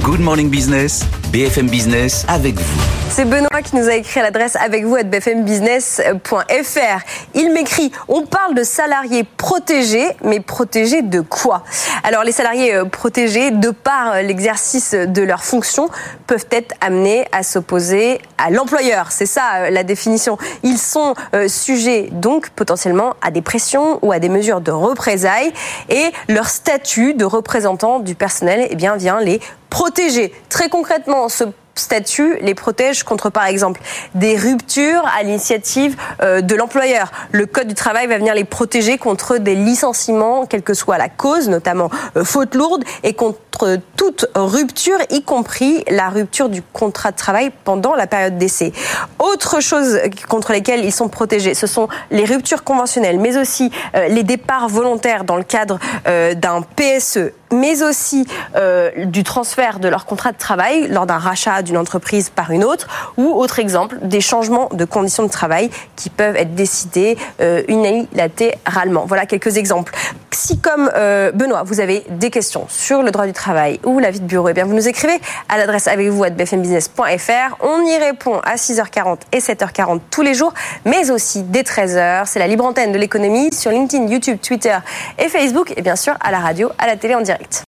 Good Morning Business, BFM Business avec vous. C'est Benoît qui nous a écrit à l'adresse avec vous @bfmbusiness.fr. Il m'écrit « On parle de salariés protégés, mais protégés de quoi ?» Alors, les salariés protégés, de par l'exercice de leurs fonctions, peuvent être amenés à s'opposer à l'employeur. C'est ça la définition. Ils sont sujets donc potentiellement à des pressions ou à des mesures de représailles et leur statut de représentant du personnel vient les protéger. Très concrètement, ce statut les protège contre, par exemple, des ruptures à l'initiative de l'employeur. Le Code du travail va venir les protéger contre des licenciements, quelle que soit la cause, notamment faute lourde, et contre toute rupture, y compris la rupture du contrat de travail pendant la période d'essai. Autre chose contre lesquelles ils sont protégés, ce sont les ruptures conventionnelles, mais aussi les départs volontaires dans le cadre d'un PSE, mais aussi du transfert de leur contrat de travail lors d'un rachat d'une entreprise par une autre, ou autre exemple, des changements de conditions de travail qui peuvent être décidés unilatéralement. Voilà quelques exemples. Si comme Benoît, vous avez des questions sur le droit du travail ou la vie de bureau, vous nous écrivez à l'adresse avec vous @bfmbusiness.fr. On y répond à 6h40 et 7h40 tous les jours, mais aussi dès 13h. C'est la libre antenne de l'économie sur LinkedIn, YouTube, Twitter et Facebook, et bien sûr à la radio, à la télé en direct.